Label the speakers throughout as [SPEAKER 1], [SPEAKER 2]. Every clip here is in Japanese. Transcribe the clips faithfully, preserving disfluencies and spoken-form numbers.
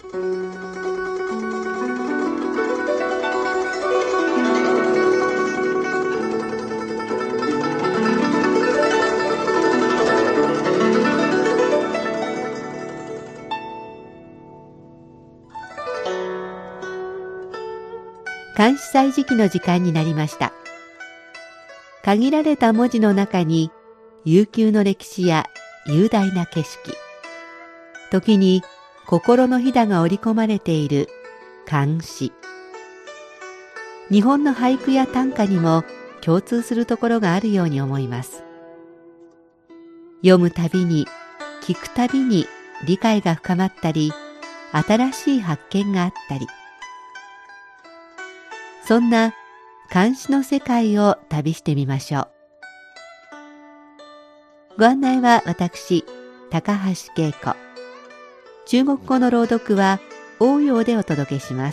[SPEAKER 1] 漢詩歳時記の時間になりました。限られた文字の中に悠久の歴史や雄大な景色、時に心のひだが織り込まれている漢詩。日本の俳句や短歌にも共通するところがあるように思います。読むたびに、聞くたびに理解が深まったり、新しい発見があったり、そんな漢詩の世界を旅してみましょう。ご案内は私、高橋恵子。中国語の朗読は応用でお届けします。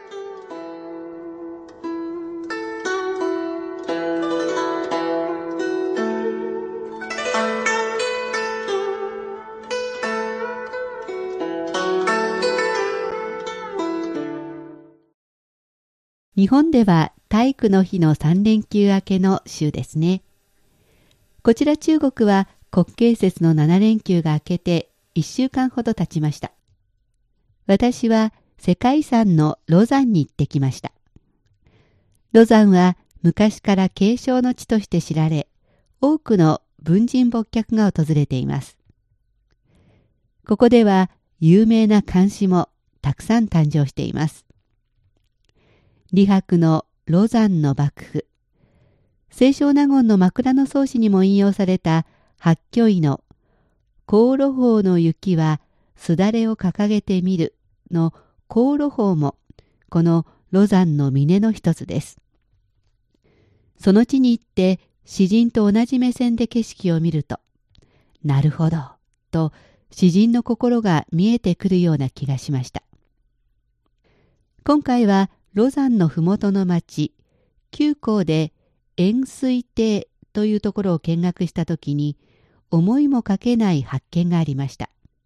[SPEAKER 1] 日本では体育の日のさん連休明けの週ですね。こちら中国は国慶節のなな連休が明けていっしゅうかんほど経ちました。私は世界遺産のロザンに行ってきました。ロザンは昔から景勝の地として知られ、多くの文人墨客が訪れています。ここでは有名な漢詩もたくさん誕生しています。李白のロザンの幕府、清少納言の枕草子にも引用された八虚夷の黄露峰の雪はすだれを掲げてみるの黄露峰もこのロザンの峰の一つです。その地に行って詩人と同じ目線で景色を見ると、なるほどと詩人の心が見えてくるような気がしました。今回はロザンのふもとの町、九江で円錐亭というところを見学したときに、思いもかけない発見がありました。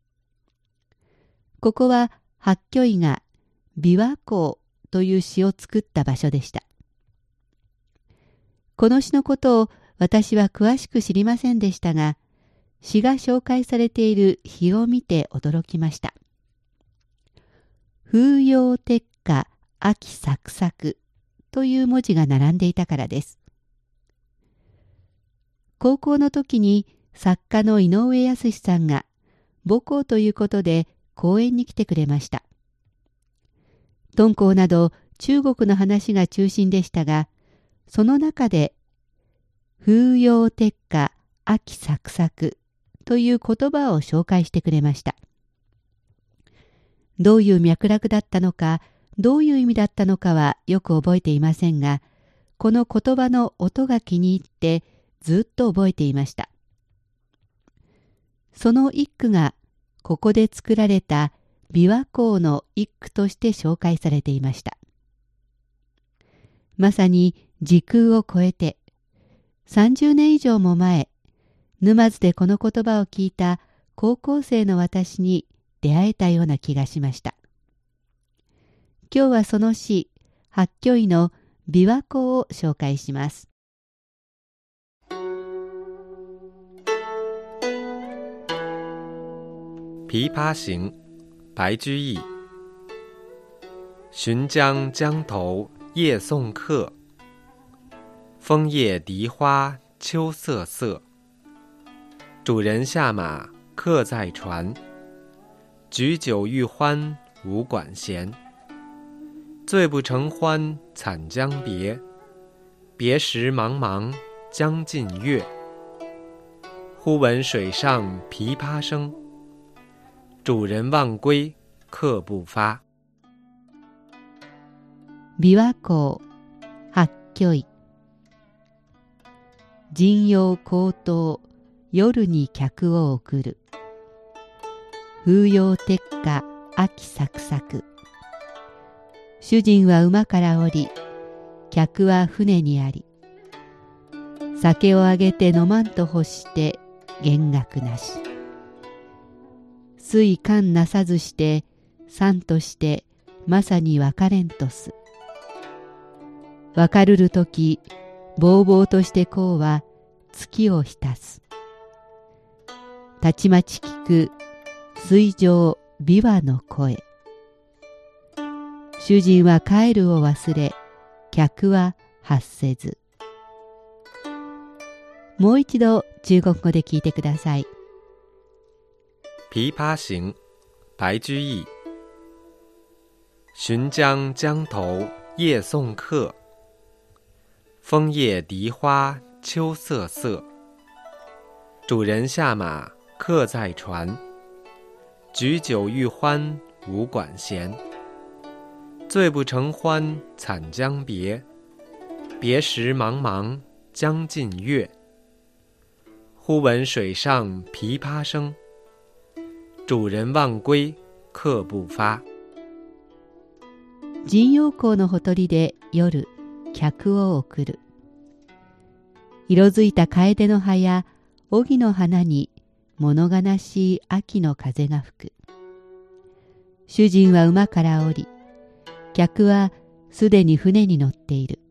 [SPEAKER 1] ここは八虚夷が琵琶湖という詩を作った場所でした。この詩のことを私は詳しく知りませんでしたが、詩が紹介されている碑を見て驚きました。風揚鉄火秋サクサクという文字が並んでいたからです。高校の時に作家の井上靖さんが母校ということで講演に来てくれました。敦煌など中国の話が中心でしたが、その中で風揚鉄火秋サクサクという言葉を紹介してくれました。どういう脈絡だったのか、どういう意味だったのかはよく覚えていませんが、この言葉の音が気に入ってずっと覚えていました。その一句がここで作られた琵琶湖の一句として紹介されていました。まさに時空を超えてさんじゅうねん以上も前、沼津でこの言葉を聞いた高校生の私に出会えたような気がしました。今日はその詩、八虚夷の琵琶湖を紹介します。
[SPEAKER 2] 琵琶行，白居易。寻江江头夜送客，枫叶荻花秋瑟瑟。主人下马客在船，举酒欲欢无管弦。醉不成欢惨将别，别时茫茫江浸月。忽闻水上琵琶声，主人忘归客不发。
[SPEAKER 1] 琵琶湖八虚夷。陣陽高騰夜に客を送る。風揚鉄火秋サクサク。主人は馬から降り、客は船にあり。酒をあげて飲まんと欲して弦楽なし。水観なさずしてさんとしてまさに分かれんとす。分かるるとき、ぼうぼうとしてこうは月を浸す。たちまち聞く水上琵琶の声。主人は帰るを忘れ、客は発せず。もう一度中国語で聞いてください。
[SPEAKER 2] 琵琶行，白居易。浔江江头夜送客，枫叶荻花秋瑟瑟。主人下马客在船，举酒欲欢无管弦。醉不成欢惨将别，别时茫茫江浸月。忽闻水上琵琶声，主人忘归客不发。
[SPEAKER 1] 神陽港のほとりで夜、客を送る。色づいた楓の葉や荻の花に物悲しい秋の風が吹く。主人は馬から降り、客はすでに船に乗っている。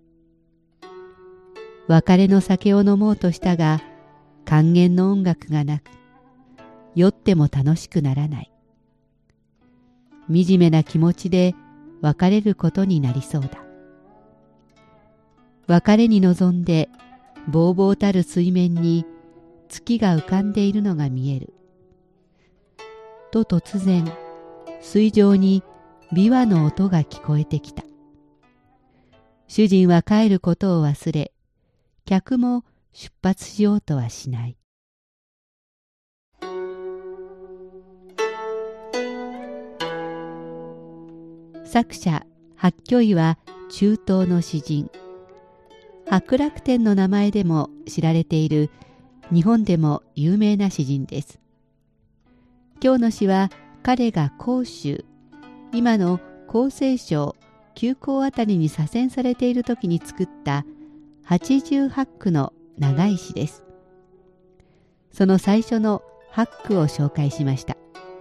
[SPEAKER 1] 別れの酒を飲もうとしたが、管弦の音楽がなく、酔っても楽しくならない。惨めな気持ちで別れることになりそうだ。別れに臨んで、ぼうぼうたる水面に月が浮かんでいるのが見える。と突然、水上に琵琶の音が聞こえてきた。主人は帰ることを忘れ、客も出発しようとはしない。作者、白居易は中東の詩人。白楽天の名前でも知られている日本でも有名な詩人です。今日の詩は彼が広州、今の江西省旧港あたりに左遷されている時に作ったはちじゅうはち句の長い詩です。その最初のはち句を紹介しました。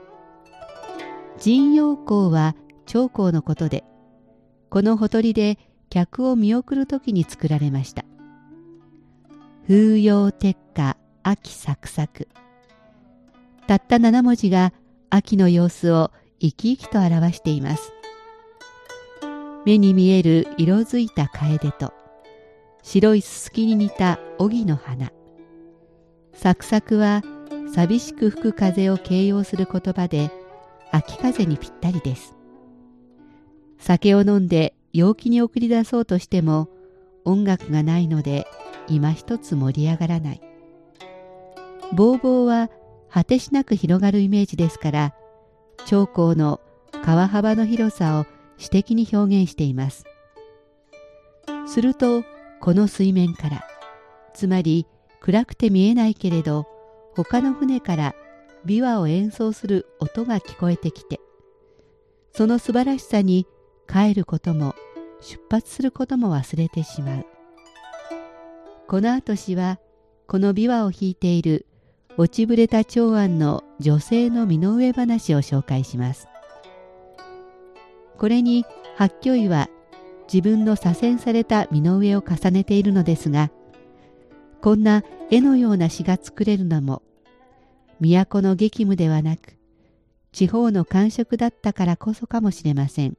[SPEAKER 1] 神陽港は長江のことで、このほとりで客を見送るときに作られました。風揚鉄火秋サクサク。たったなな文字が秋の様子を生き生きと表しています。目に見える色づいた楓と、白いすすきに似た荻の花。サクサクは寂しく吹く風を形容する言葉で、秋風にぴったりです。酒を飲んで陽気に送り出そうとしても、音楽がないので今一つ盛り上がらない。ぼうぼうは果てしなく広がるイメージですから、長江の川幅の広さを詩的に表現しています。すると、この水面から、つまり暗くて見えないけれど、他の船から琵琶を演奏する音が聞こえてきて、その素晴らしさに帰ることも出発することも忘れてしまう。この後詩は、この琵琶を弾いている落ちぶれた長安の女性の身の上話を紹介します。これに白居易は自分の左遷された身の上を重ねているのですが、こんな絵のような詩が作れるのも、都の激務ではなく、地方の感触だったからこそかもしれません。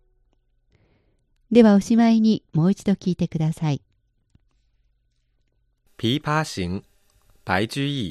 [SPEAKER 1] ではおしまいにもう一度聞いてください。
[SPEAKER 2] 琵琶行，白居易。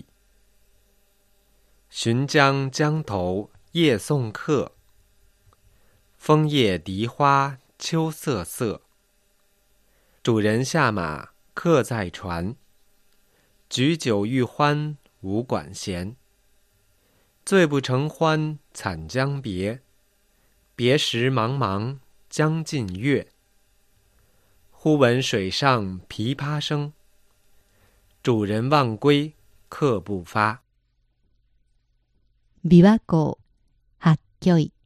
[SPEAKER 2] 浔江江头夜送客，枫叶荻花秋瑟瑟。主人下马客在船，举酒欲欢无管弦。醉不成欢惨将别，别时茫茫江浸月。忽闻水上琵琶声，主人忘归客不发。
[SPEAKER 1] 琵琶湖、白居易。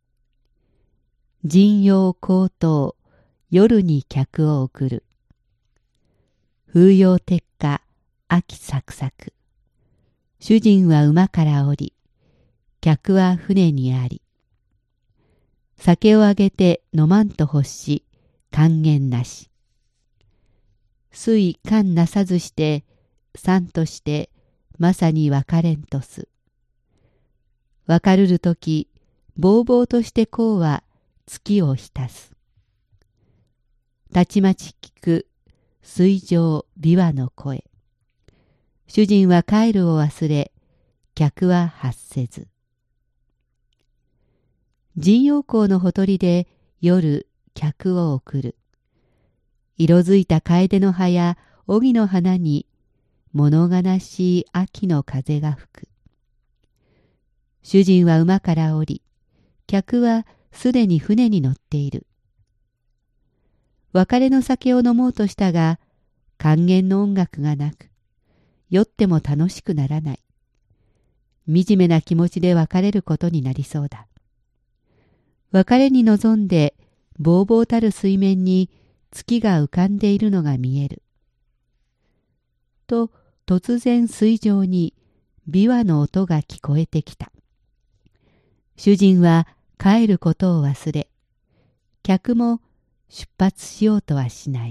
[SPEAKER 1] 神陽港頭、夜に客を送る。風揚鉄火、秋サクサク。主人は馬から降り、客は船にあり。 酒をあげて飲まんと欲し、還元なし。水勘なさずして、産として、まさに別れんとす。別るるとき、ぼうぼうとしてこうは月を浸す。たちまち聞く、水上琵琶の声。主人は帰るを忘れ、客は発せず。神陽光のほとりで夜客を送る。色づいた楓の葉や荻の花に物悲しい秋の風が吹く。主人は馬から降り、客はすでに船に乗っている。別れの酒を飲もうとしたが、還元の音楽がなく、酔っても楽しくならない。惨めな気持ちで別れることになりそうだ。別れに臨んで、ぼうぼうたる水面に月が浮かんでいるのが見える。と、突然水上に琵琶の音が聞こえてきた。主人は帰ることを忘れ、客も出発しようとはしない。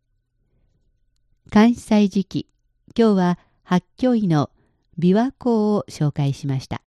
[SPEAKER 1] 漢詩祭時期、今日は八虚医の琵琶湖を紹介しました。